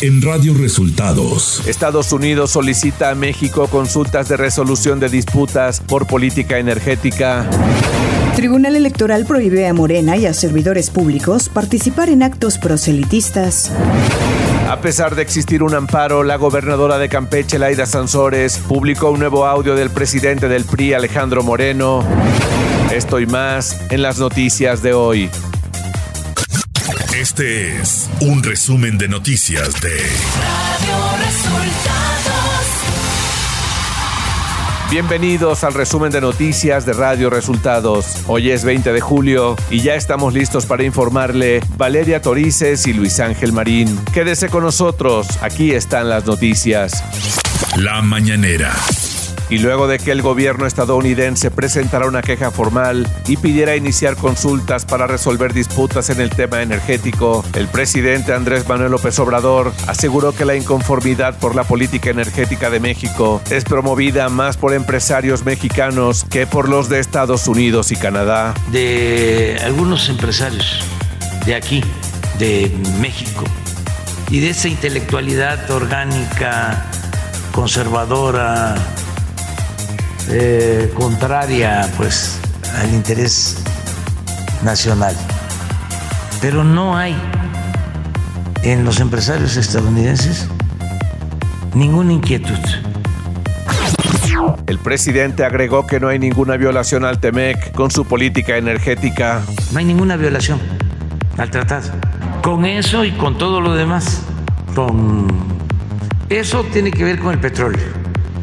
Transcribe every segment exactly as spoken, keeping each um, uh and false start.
en Radio Resultados. Estados Unidos solicita a México consultas de resolución de disputas por política energética. Tribunal Electoral prohíbe a Morena y a servidores públicos participar en actos proselitistas. A pesar de existir un amparo, la gobernadora de Campeche, Laida Sansores, publicó un nuevo audio del presidente del P R I, Alejandro Moreno. Esto y más en las noticias de hoy. Este es un resumen de noticias de Radio Resultados. Bienvenidos al resumen de noticias de Radio Resultados. Hoy es veinte de julio y ya estamos listos para informarle Valeria Torices y Luis Ángel Marín. Quédese con nosotros, aquí están las noticias. La mañanera. Y luego de que el gobierno estadounidense presentara una queja formal y pidiera iniciar consultas para resolver disputas en el tema energético, el presidente Andrés Manuel López Obrador aseguró que la inconformidad por la política energética de México es promovida más por empresarios mexicanos que por los de Estados Unidos y Canadá. De algunos empresarios de aquí, de México, y de esa intelectualidad orgánica, conservadora, Eh, contraria pues al interés nacional, pero no hay en los empresarios estadounidenses ninguna inquietud. El presidente agregó que no hay ninguna violación al TEMEC con su política energética. No hay ninguna violación al tratado. Con eso y con todo lo demás, con eso tiene que ver con el petróleo.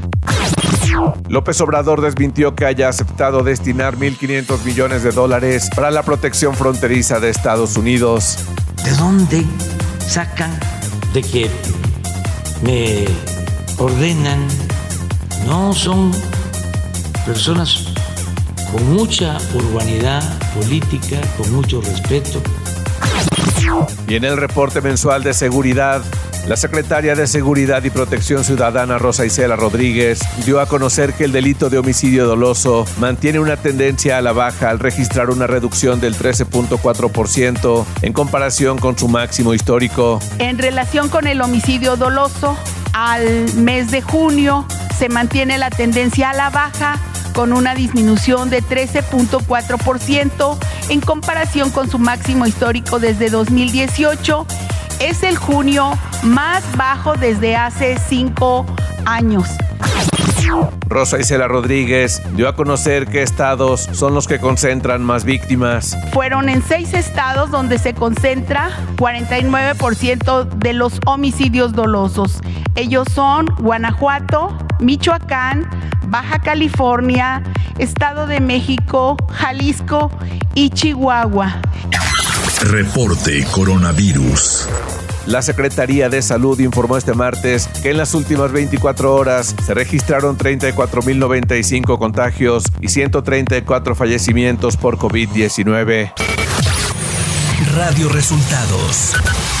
López Obrador desmintió que haya aceptado destinar mil quinientos millones de dólares para la protección fronteriza de Estados Unidos. ¿De dónde sacan de que me ordenan? No, son personas con mucha urbanidad política, con mucho respeto. Y en el reporte mensual de seguridad, la secretaria de Seguridad y Protección Ciudadana, Rosa Isela Rodríguez, dio a conocer que el delito de homicidio doloso mantiene una tendencia a la baja al registrar una reducción del trece punto cuatro por ciento en comparación con su máximo histórico. En relación con el homicidio doloso, al mes de junio se mantiene la tendencia a la baja con una disminución de trece punto cuatro por ciento en comparación con su máximo histórico desde dos mil dieciocho. Es el junio más bajo desde hace cinco años. Rosa Isela Rodríguez dio a conocer qué estados son los que concentran más víctimas. Fueron en seis estados donde se concentra cuarenta y nueve por ciento de los homicidios dolosos. Ellos son Guanajuato, Michoacán, Baja California, Estado de México, Jalisco y Chihuahua. Reporte Coronavirus. La Secretaría de Salud informó este martes que en las últimas veinticuatro horas se registraron treinta y cuatro mil noventa y cinco contagios y ciento treinta y cuatro fallecimientos por covid diecinueve. Radio Resultados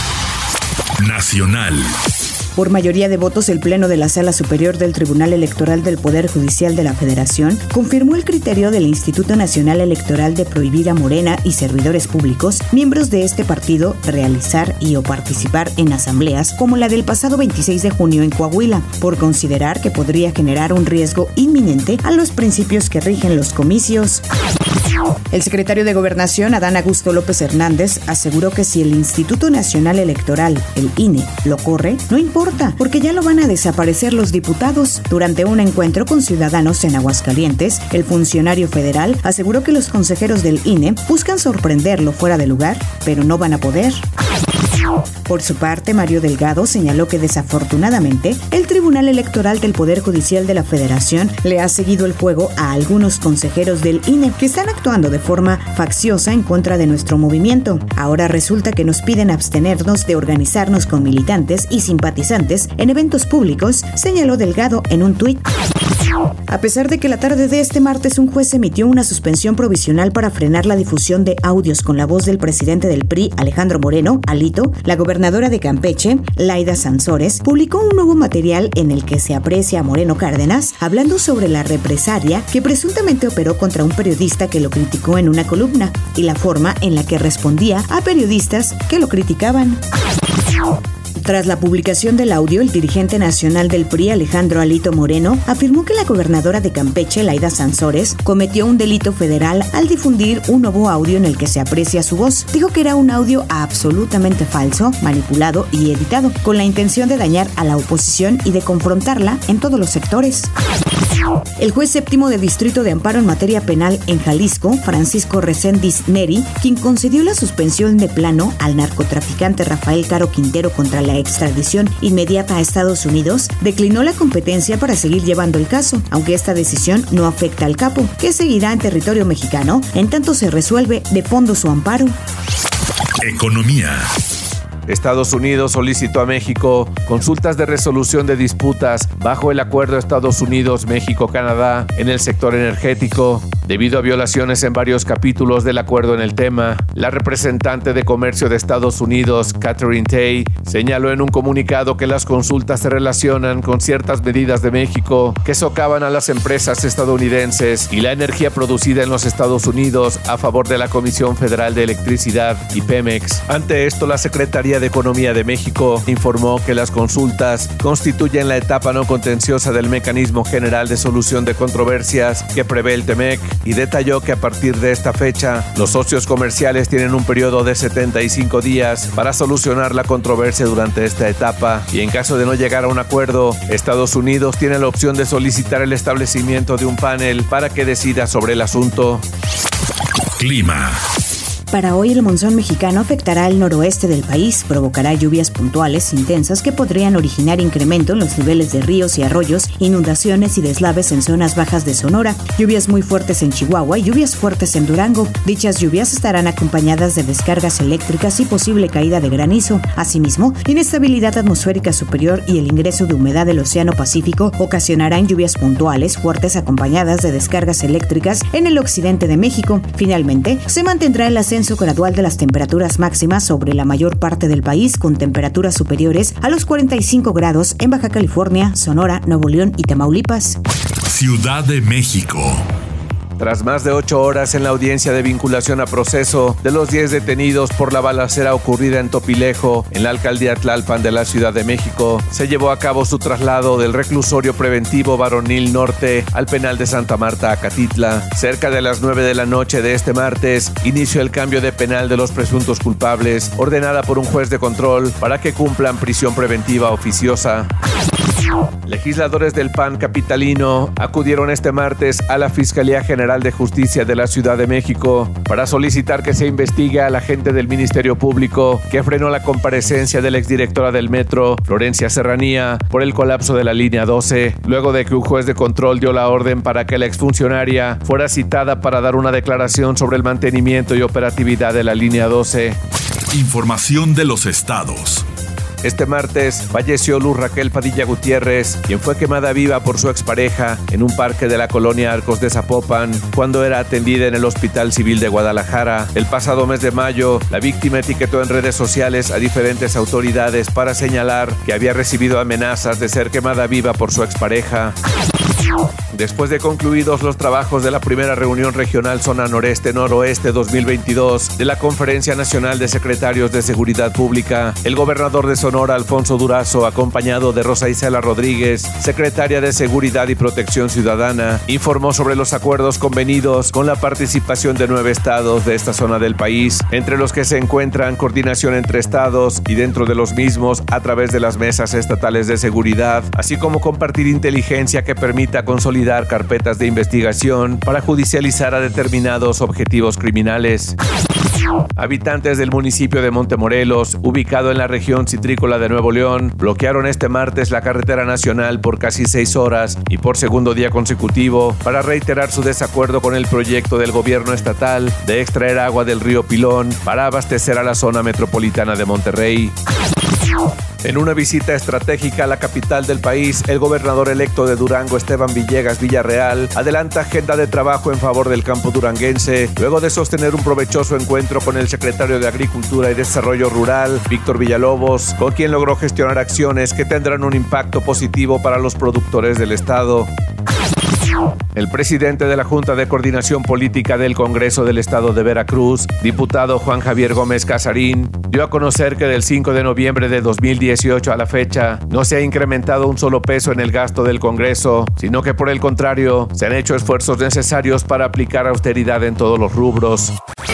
Nacional. Por mayoría de votos, el Pleno de la Sala Superior del Tribunal Electoral del Poder Judicial de la Federación confirmó el criterio del Instituto Nacional Electoral de prohibir a Morena y servidores públicos, miembros de este partido, realizar y o participar en asambleas como la del pasado veintiséis de junio en Coahuila, por considerar que podría generar un riesgo inminente a los principios que rigen los comicios. El secretario de Gobernación, Adán Augusto López Hernández, aseguró que si el Instituto Nacional Electoral, el I N E, lo corre, no importa, porque ya lo van a desaparecer los diputados. Durante un encuentro con ciudadanos en Aguascalientes, el funcionario federal aseguró que los consejeros del I N E buscan sorprenderlo fuera de lugar, pero no van a poder. Por su parte, Mario Delgado señaló que desafortunadamente el Tribunal Electoral del Poder Judicial de la Federación le ha seguido el juego a algunos consejeros del I N E que están actuando de forma facciosa en contra de nuestro movimiento. Ahora resulta que nos piden abstenernos de organizarnos con militantes y simpatizantes en eventos públicos, señaló Delgado en un tuit. A pesar de que la tarde de este martes un juez emitió una suspensión provisional para frenar la difusión de audios con la voz del presidente del P R I, Alejandro Moreno, Alito, la gobernadora de Campeche, Laida Sansores, publicó un nuevo material en el que se aprecia a Moreno Cárdenas hablando sobre la represalia que presuntamente operó contra un periodista que lo criticó en una columna y la forma en la que respondía a periodistas que lo criticaban. Tras la publicación del audio, el dirigente nacional del P R I, Alejandro Alito Moreno, afirmó que la gobernadora de Campeche, Laida Sansores, cometió un delito federal al difundir un nuevo audio en el que se aprecia su voz. Dijo que era un audio absolutamente falso, manipulado y editado, con la intención de dañar a la oposición y de confrontarla en todos los sectores. El juez séptimo de Distrito de Amparo en materia penal en Jalisco, Francisco Reséndiz Neri, quien concedió la suspensión de plano al narcotraficante Rafael Caro Quintero contra la extradición inmediata a Estados Unidos, declinó la competencia para seguir llevando el caso, aunque esta decisión no afecta al capo, que seguirá en territorio mexicano en tanto se resuelve de fondo su amparo. Economía. Estados Unidos solicitó a México consultas de resolución de disputas bajo el Acuerdo Estados Unidos-México-Canadá en el sector energético. Debido a violaciones en varios capítulos del acuerdo en el tema, la representante de Comercio de Estados Unidos, Catherine Tai, señaló en un comunicado que las consultas se relacionan con ciertas medidas de México que socavan a las empresas estadounidenses y la energía producida en los Estados Unidos a favor de la Comisión Federal de Electricidad y Pemex. Ante esto, la Secretaría de Economía de México informó que las consultas constituyen la etapa no contenciosa del Mecanismo General de Solución de Controversias que prevé el TEMEC, y detalló que a partir de esta fecha, los socios comerciales tienen un periodo de setenta y cinco días para solucionar la controversia durante esta etapa, y en caso de no llegar a un acuerdo, Estados Unidos tiene la opción de solicitar el establecimiento de un panel para que decida sobre el asunto. Clima. Para hoy, el monzón mexicano afectará el noroeste del país, provocará lluvias puntuales intensas que podrían originar incremento en los niveles de ríos y arroyos, inundaciones y deslaves en zonas bajas de Sonora, lluvias muy fuertes en Chihuahua y lluvias fuertes en Durango. Dichas lluvias estarán acompañadas de descargas eléctricas y posible caída de granizo. Asimismo, inestabilidad atmosférica superior y el ingreso de humedad del Océano Pacífico ocasionarán lluvias puntuales fuertes acompañadas de descargas eléctricas en el occidente de México. Finalmente, se mantendrá el ascenso gradual de las temperaturas máximas sobre la mayor parte del país, con temperaturas superiores a los cuarenta y cinco grados en Baja California, Sonora, Nuevo León y Tamaulipas. Ciudad de México. Tras más de ocho horas en la audiencia de vinculación a proceso de los diez detenidos por la balacera ocurrida en Topilejo, en la alcaldía Tlalpan de la Ciudad de México, se llevó a cabo su traslado del reclusorio preventivo Varonil Norte al penal de Santa Marta, Acatitla. Cerca de las nueve de la noche de este martes, inició el cambio de penal de los presuntos culpables, ordenada por un juez de control para que cumplan prisión preventiva oficiosa. Legisladores del P A N capitalino acudieron este martes a la Fiscalía General de Justicia de la Ciudad de México para solicitar que se investigue al agente del Ministerio Público que frenó la comparecencia de la exdirectora del Metro, Florencia Serranía, por el colapso de la línea doce, luego de que un juez de control dio la orden para que la exfuncionaria fuera citada para dar una declaración sobre el mantenimiento y operatividad de la línea doce. Información de los estados. Este martes falleció Luz Raquel Padilla Gutiérrez, quien fue quemada viva por su expareja en un parque de la colonia Arcos de Zapopan cuando era atendida en el Hospital Civil de Guadalajara. El pasado mes de mayo, la víctima etiquetó en redes sociales a diferentes autoridades para señalar que había recibido amenazas de ser quemada viva por su expareja. Después de concluidos los trabajos de la primera reunión regional Zona Noreste-Noroeste dos mil veintidós de la Conferencia Nacional de Secretarios de Seguridad Pública, el gobernador de Sonora, Alfonso Durazo, acompañado de Rosa Isela Rodríguez, secretaria de Seguridad y Protección Ciudadana, informó sobre los acuerdos convenidos con la participación de nueve estados de esta zona del país, entre los que se encuentran coordinación entre estados y dentro de los mismos a través de las mesas estatales de seguridad, así como compartir inteligencia que permita consolidar carpetas de investigación para judicializar a determinados objetivos criminales. Habitantes del municipio de Montemorelos, ubicado en la región citrícola de Nuevo León, bloquearon este martes la carretera nacional por casi seis horas y por segundo día consecutivo para reiterar su desacuerdo con el proyecto del gobierno estatal de extraer agua del río Pilón para abastecer a la zona metropolitana de Monterrey. En una visita estratégica a la capital del país, el gobernador electo de Durango, Esteban Villegas Villarreal, adelanta agenda de trabajo en favor del campo duranguense, luego de sostener un provechoso encuentro con el secretario de Agricultura y Desarrollo Rural, Víctor Villalobos, con quien logró gestionar acciones que tendrán un impacto positivo para los productores del estado. El presidente de la Junta de Coordinación Política del Congreso del Estado de Veracruz, diputado Juan Javier Gómez Casarín, dio a conocer que del cinco de noviembre de dos mil dieciocho a la fecha no se ha incrementado un solo peso en el gasto del Congreso, sino que por el contrario se han hecho esfuerzos necesarios para aplicar austeridad en todos los rubros.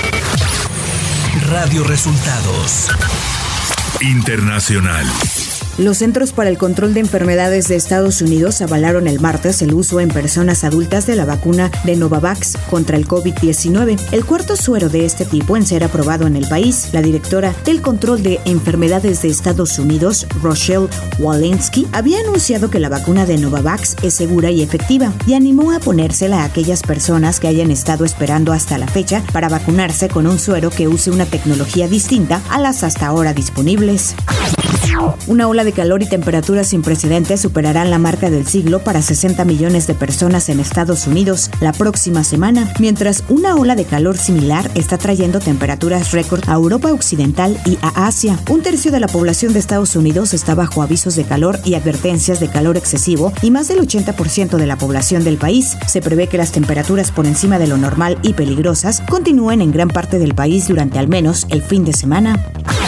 Radio Resultados Internacional. Los Centros para el Control de Enfermedades de Estados Unidos avalaron el martes el uso en personas adultas de la vacuna de Novavax contra el covid diecinueve, el cuarto suero de este tipo en ser aprobado en el país. La directora del Control de Enfermedades de Estados Unidos, Rochelle Walensky, había anunciado que la vacuna de Novavax es segura y efectiva y animó a ponérsela a aquellas personas que hayan estado esperando hasta la fecha para vacunarse con un suero que use una tecnología distinta a las hasta ahora disponibles. Una ola de calor y temperaturas sin precedentes superarán la marca del siglo para sesenta millones de personas en Estados Unidos la próxima semana, mientras una ola de calor similar está trayendo temperaturas récord a Europa Occidental y a Asia. Un tercio de la población de Estados Unidos está bajo avisos de calor y advertencias de calor excesivo y más del ochenta por ciento de la población del país. Se prevé que las temperaturas por encima de lo normal y peligrosas continúen en gran parte del país durante al menos el fin de semana.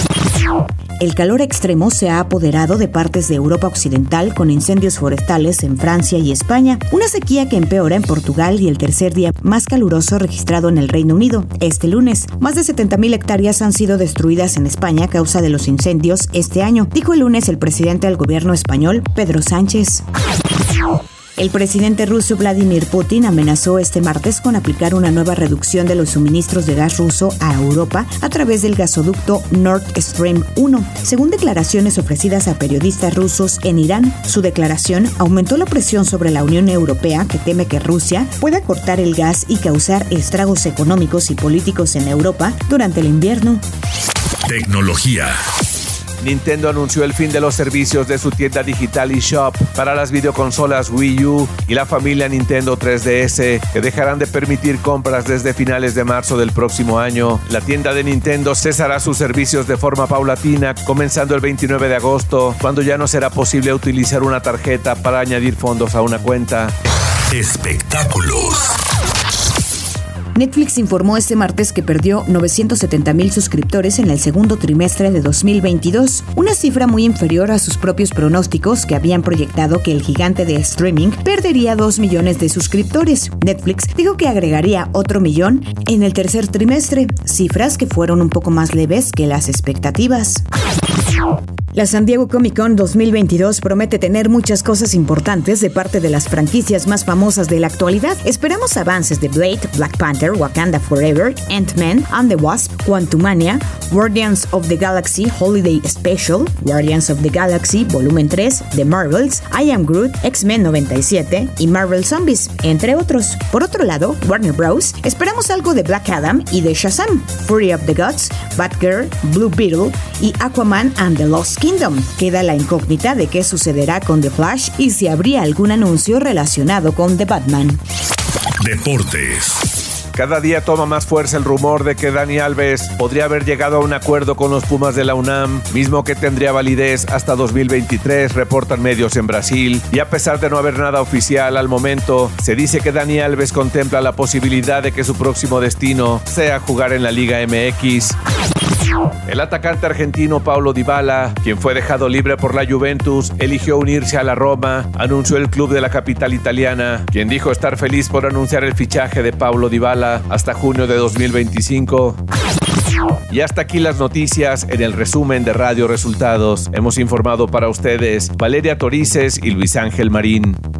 El calor extremo se ha apoderado de partes de Europa Occidental con incendios forestales en Francia y España, una sequía que empeora en Portugal y el tercer día más caluroso registrado en el Reino Unido. Este lunes, más de setenta mil hectáreas han sido destruidas en España a causa de los incendios este año, dijo el lunes el presidente del gobierno español, Pedro Sánchez. El presidente ruso Vladimir Putin amenazó este martes con aplicar una nueva reducción de los suministros de gas ruso a Europa a través del gasoducto Nord Stream uno. Según declaraciones ofrecidas a periodistas rusos en Irán, su declaración aumentó la presión sobre la Unión Europea, que teme que Rusia pueda cortar el gas y causar estragos económicos y políticos en Europa durante el invierno. Tecnología. Nintendo anunció el fin de los servicios de su tienda digital eShop para las videoconsolas Wii U y la familia Nintendo tres D S, que dejarán de permitir compras desde finales de marzo del próximo año. La tienda de Nintendo cesará sus servicios de forma paulatina, comenzando el veintinueve de agosto, cuando ya no será posible utilizar una tarjeta para añadir fondos a una cuenta. Espectáculos. Netflix informó este martes que perdió novecientos setenta mil suscriptores en el segundo trimestre de dos mil veintidós, una cifra muy inferior a sus propios pronósticos que habían proyectado que el gigante de streaming perdería dos millones de suscriptores. Netflix dijo que agregaría otro millón en el tercer trimestre, cifras que fueron un poco más leves que las expectativas. La San Diego Comic Con dos mil veintidós promete tener muchas cosas importantes de parte de las franquicias más famosas de la actualidad. Esperamos avances de Blade, Black Panther, Wakanda Forever, Ant-Man and the Wasp, Quantumania, Guardians of the Galaxy Holiday Special, Guardians of the Galaxy Volumen tres, The Marvels, I Am Groot, X-Men noventa y siete y Marvel Zombies, entre otros. Por otro lado, Warner Bros. Esperamos algo de Black Adam y de Shazam, Fury of the Gods, Batgirl, Blue Beetle y Aquaman and the Lost Kingdom. Queda la incógnita de qué sucederá con The Flash y si habría algún anuncio relacionado con The Batman. Deportes. Cada día toma más fuerza el rumor de que Dani Alves podría haber llegado a un acuerdo con los Pumas de la UNAM, mismo que tendría validez hasta dos mil veintitrés, reportan medios en Brasil. Y a pesar de no haber nada oficial al momento, se dice que Dani Alves contempla la posibilidad de que su próximo destino sea jugar en la Liga M X. El atacante argentino Paulo Dybala, quien fue dejado libre por la Juventus, eligió unirse a la Roma, anunció el club de la capital italiana, quien dijo estar feliz por anunciar el fichaje de Paulo Dybala hasta junio de dos mil veinticinco. Y hasta aquí las noticias en el resumen de Radio Resultados. Hemos informado para ustedes Valeria Torices y Luis Ángel Marín.